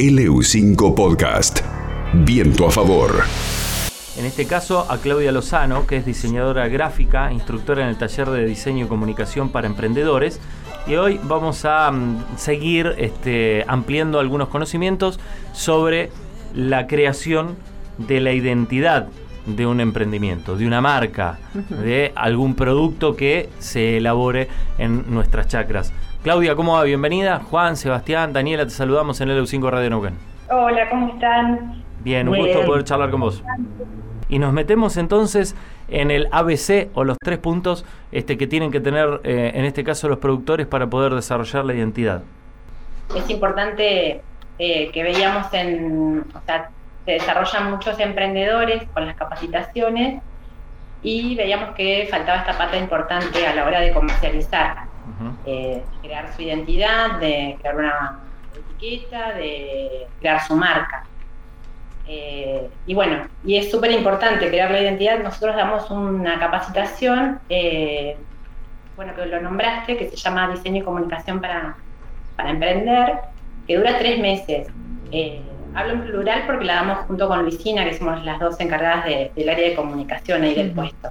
LU5 Podcast. Viento a favor. En este caso a Claudia Lozano, que es diseñadora gráfica, instructora en el taller de diseño y comunicación para emprendedores. Y hoy vamos a seguir ampliando algunos conocimientos sobre la creación de la identidad de un emprendimiento, de una marca, de algún producto que se elabore en nuestras chacras. Claudia, ¿cómo va? Bienvenida. Juan, Sebastián, Daniela, te saludamos en LU5 Radio Neuquén. Hola, ¿cómo están? Bien, un gusto poder charlar con vos. Y nos metemos entonces en el ABC o los 3 puntos que tienen que tener, en este caso, los productores para poder desarrollar la identidad. Es importante que veíamos se desarrollan muchos emprendedores con las capacitaciones y veíamos que faltaba esta parte importante a la hora de comercializar. Crear su identidad, de crear una etiqueta, de crear su marca. Y es súper importante crear la identidad. Nosotros damos una capacitación, que lo nombraste, que se llama Diseño y Comunicación para Emprender, que dura 3 meses. Hablo en plural porque la damos junto con Luisina, que somos las dos encargadas del área de comunicación ahí del puesto.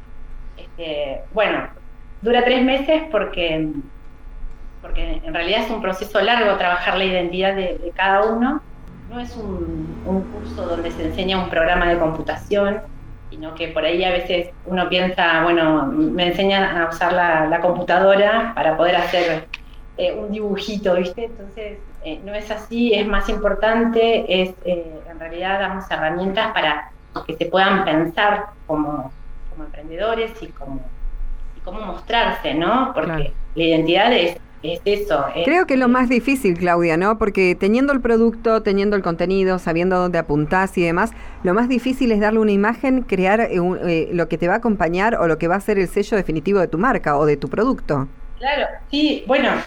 Dura 3 meses porque en realidad es un proceso largo trabajar la identidad de cada uno. No es un curso donde se enseña un programa de computación, sino que por ahí a veces uno piensa, me enseñan a usar la computadora para poder hacer un dibujito, ¿viste? Entonces, no es así, es más importante, en realidad damos herramientas para que se puedan pensar como emprendedores y cómo mostrarse, ¿no? Porque claro, la identidad es eso. Creo que es lo más difícil, Claudia, ¿no? Porque teniendo el producto, teniendo el contenido, sabiendo dónde apuntás y demás, lo más difícil es darle una imagen, crear lo que te va a acompañar o lo que va a ser el sello definitivo de tu marca o de tu producto. Claro, sí,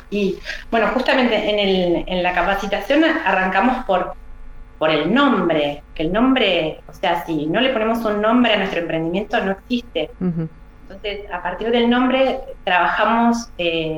justamente en la capacitación arrancamos por el nombre, que el nombre, o sea, si no le ponemos un nombre a nuestro emprendimiento no existe. Entonces, a partir del nombre trabajamos,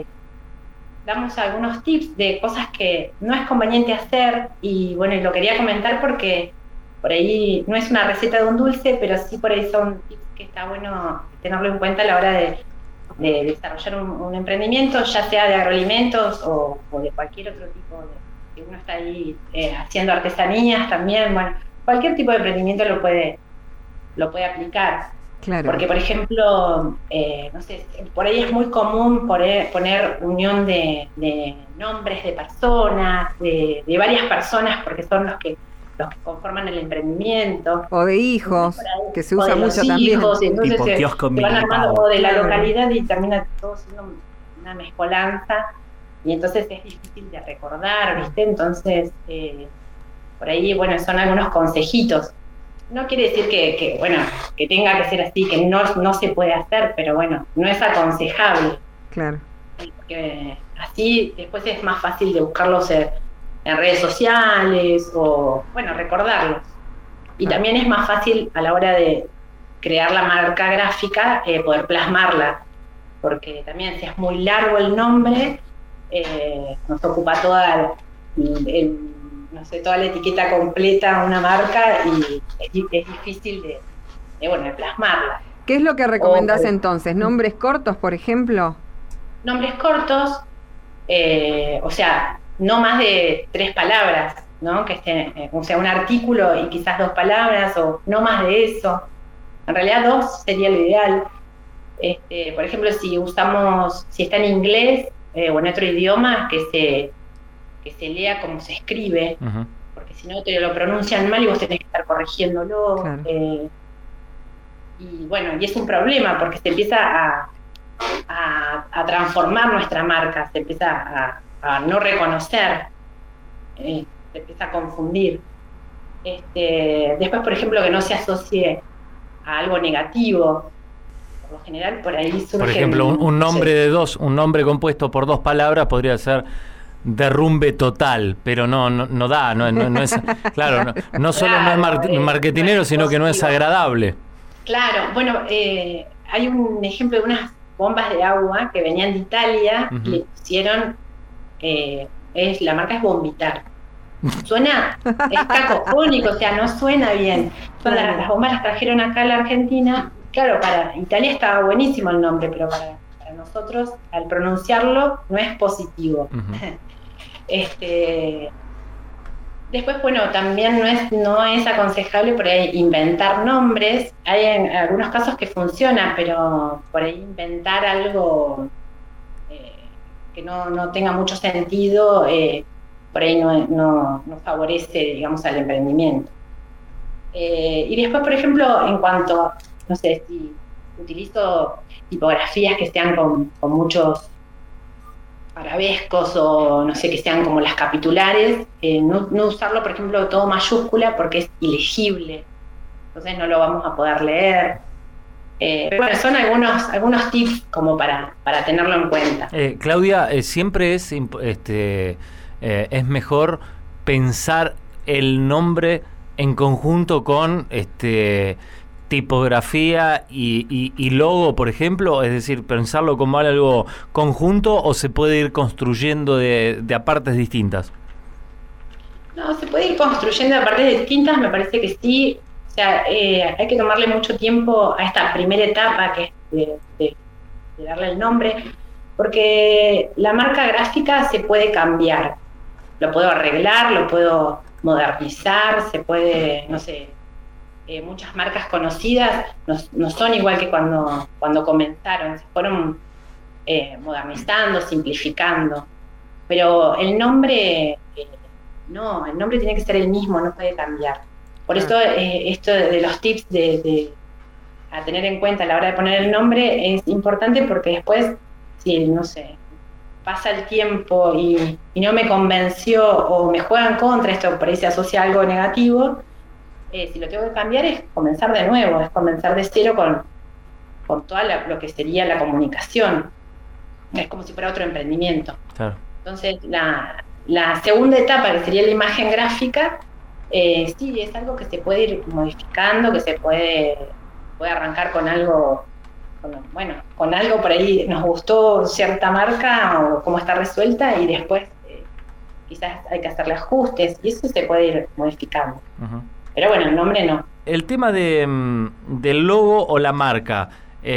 damos algunos tips de cosas que no es conveniente hacer y lo quería comentar porque por ahí no es una receta de un dulce, pero sí por ahí son tips que está bueno tenerlo en cuenta a la hora de desarrollar un emprendimiento, ya sea de agroalimentos o de cualquier otro tipo que uno está ahí haciendo artesanías también, cualquier tipo de emprendimiento lo puede aplicar. Claro. Porque, por ejemplo, por ahí es muy común poner unión de nombres de personas, de varias personas, porque son los que conforman el emprendimiento. O de hijos, que se usa mucho también. Entonces se van armando o de la localidad y termina todo siendo una mezcolanza, y entonces es difícil de recordar, ¿viste? Entonces, por ahí, son algunos consejitos. No quiere decir que tenga que ser así, que no se puede hacer, pero no es aconsejable. Claro. Porque así después es más fácil de buscarlos en redes sociales o, recordarlos. Y también es más fácil a la hora de crear la marca gráfica poder plasmarla, porque también si es muy largo el nombre, nos ocupa toda la etiqueta completa, una marca, y es difícil de plasmarla. ¿Qué es lo que recomendás entonces? ¿Nombres cortos, por ejemplo? Nombres cortos, no más de 3 palabras, ¿no? Que esté, un artículo y quizás 2 palabras, o no más de eso. En realidad 2 sería lo ideal. Por ejemplo, si está en inglés o en otro idioma, que se lea como se escribe, porque si no te lo pronuncian mal y vos tenés que estar corrigiéndolo. Claro. Y es un problema porque se empieza a transformar nuestra marca, se empieza a no reconocer, se empieza a confundir. Después, por ejemplo, que no se asocie a algo negativo. Por lo general, por ahí surge... Por ejemplo, un nombre un nombre compuesto por 2 palabras podría ser derrumbe total, pero no da, no es, claro, no solo no es marketinero, sino que no es agradable. Claro, hay un ejemplo de unas bombas de agua que venían de Italia y le pusieron, la marca es Bombitar. suena, es cacofónico, o sea, no suena bien. Las bombas las trajeron acá a la Argentina. Claro, para Italia estaba buenísimo el nombre, pero para nosotros, al pronunciarlo, no es positivo. Después, bueno, también no es aconsejable por ahí inventar nombres. Hay en algunos casos que funciona, pero por ahí inventar algo que no tenga mucho sentido, por ahí no favorece, digamos, al emprendimiento. Y después, por ejemplo, en cuanto, no sé, si utilizo tipografías que sean con muchos arabescos o no sé, que sean como las capitulares, no usarlo, por ejemplo, todo mayúscula porque es ilegible, entonces no lo vamos a poder leer. Pero bueno, son algunos tips como para tenerlo en cuenta. Claudia, siempre es mejor pensar el nombre en conjunto con tipografía y logo, por ejemplo, es decir, pensarlo como algo conjunto, o se puede ir construyendo de a partes distintas. No, se puede ir construyendo de partes distintas, me parece que sí. O sea, hay que tomarle mucho tiempo a esta primera etapa, que es de darle el nombre, porque la marca gráfica se puede cambiar. Lo puedo arreglar, lo puedo modernizar, se puede, no sé, muchas marcas conocidas no son igual que cuando comenzaron, se fueron modernizando, simplificando. Pero el nombre, no, el nombre tiene que ser el mismo, no puede cambiar. Por eso esto de los tips a tener en cuenta a la hora de poner el nombre es importante, porque después, si, no sé, pasa el tiempo y no me convenció o me juega en contra, esto por ahí se asocia a algo negativo, si lo tengo que cambiar es comenzar de nuevo, es comenzar de cero con toda lo que sería la comunicación. Es como si fuera otro emprendimiento. Claro. Entonces, la segunda etapa, que sería la imagen gráfica, sí, es algo que se puede ir modificando, que se puede arrancar con algo, con algo por ahí nos gustó cierta marca o cómo está resuelta, y después quizás hay que hacerle ajustes, y eso se puede ir modificando. Uh-huh. Pero bueno, el nombre no. El tema del logo o la marca,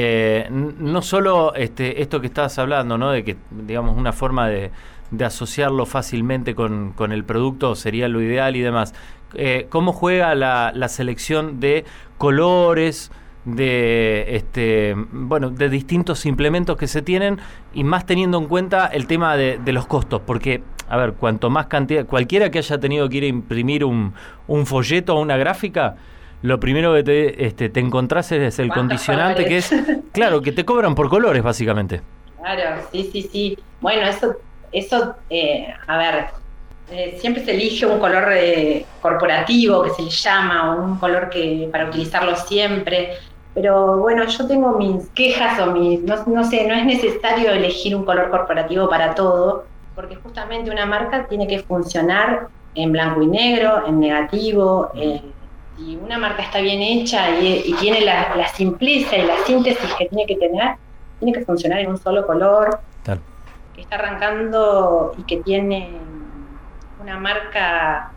no solo esto que estabas hablando, ¿no? De que, digamos, una forma de asociarlo fácilmente con el producto sería lo ideal y demás. ¿Cómo juega la selección de colores, de distintos implementos que se tienen, y más teniendo en cuenta el tema de los costos? Porque, a ver, cuanto más cantidad, cualquiera que haya tenido que ir a imprimir un folleto o una gráfica, lo primero que te encontrás es el condicionante, que es, claro, que te cobran por colores, básicamente. Claro, sí. Bueno, eso a ver, siempre se elige un color corporativo, que se le llama, o un color que para utilizarlo siempre. Pero bueno, yo tengo mis quejas o no sé, no es necesario elegir un color corporativo para todo, porque justamente una marca tiene que funcionar en blanco y negro, en negativo. Si una marca está bien hecha y tiene la simpleza y la síntesis que tiene que tener, tiene que funcionar en un solo color. Claro. Que está arrancando y que tiene una marca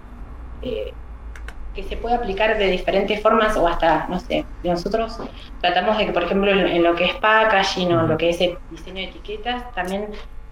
que se puede aplicar de diferentes formas, o hasta, no sé, nosotros tratamos de que, por ejemplo, en lo que es packaging o lo que es el diseño de etiquetas, también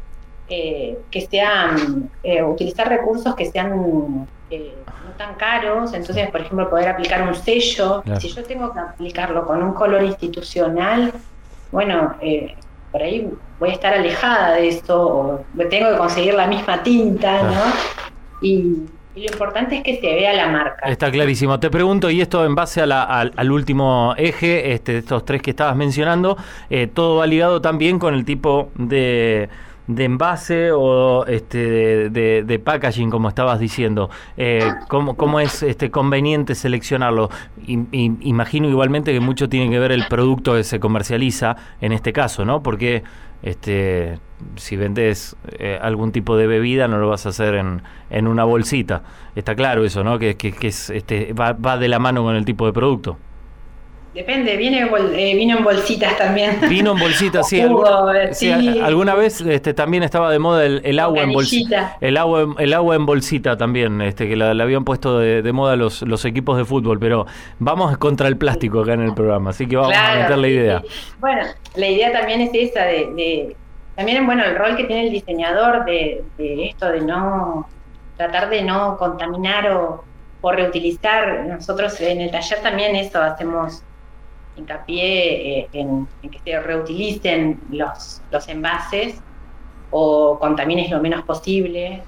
que sean, utilizar recursos que sean no tan caros. Entonces, por ejemplo, poder aplicar un sello. Claro. Si yo tengo que aplicarlo con un color institucional, bueno, por ahí voy a estar alejada de esto, o tengo que conseguir la misma tinta, claro, ¿no? Y lo importante es que se vea la marca. Está clarísimo. Te pregunto, y esto en base al último eje, de estos tres que estabas mencionando, todo va ligado también con el tipo de envase o de packaging, como estabas diciendo. ¿Cómo es conveniente seleccionarlo? Imagino igualmente que mucho tiene que ver el producto que se comercializa en este caso, ¿no? Porque si vendes algún tipo de bebida, no lo vas a hacer en una bolsita. Está claro eso, ¿no? Que es, va de la mano con el tipo de producto. Depende, vino en bolsitas también. Vino en bolsitas, sí. Alguna vez también estaba de moda el agua en bolsita. El agua en bolsita también, que la habían puesto de moda los equipos de fútbol, pero vamos contra el plástico acá en el programa, así que vamos a meter la idea. Bueno, la idea también es esa también, bueno, el rol que tiene el diseñador de esto de no tratar de no contaminar o reutilizar. Nosotros en el taller también eso hacemos hincapié en que se reutilicen los envases o contamines lo menos posible.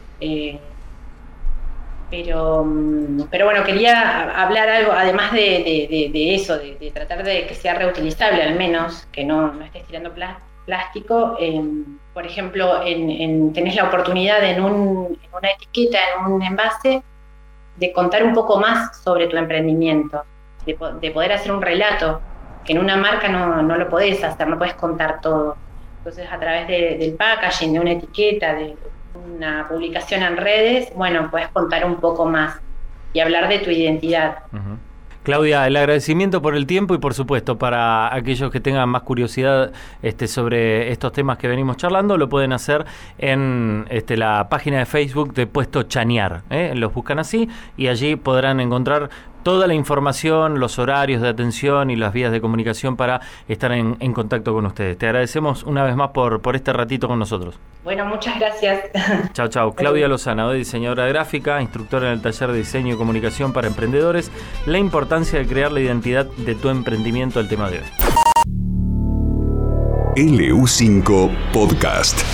Pero bueno, quería hablar algo, además de eso, de tratar de que sea reutilizable al menos, que no estés tirando plástico. Por ejemplo, tenés la oportunidad en una etiqueta, en un envase, de contar un poco más sobre tu emprendimiento, de poder hacer un relato, que en una marca no lo podés hacer, no podés contar todo. Entonces, a través del packaging, de una etiqueta, de una publicación en redes, bueno, podés contar un poco más y hablar de tu identidad. Uh-huh. Claudia, el agradecimiento por el tiempo y por supuesto para aquellos que tengan más curiosidad sobre estos temas que venimos charlando, lo pueden hacer en la página de Facebook de Puesto Chanear. Los buscan así y allí podrán encontrar toda la información, los horarios de atención y las vías de comunicación para estar en contacto con ustedes. Te agradecemos una vez más por este ratito con nosotros. Bueno, muchas gracias. Chao. Claudia Lozano, diseñadora gráfica, instructora en el taller de diseño y comunicación para emprendedores. La importancia de crear la identidad de tu emprendimiento, el tema de hoy. LU5 Podcast.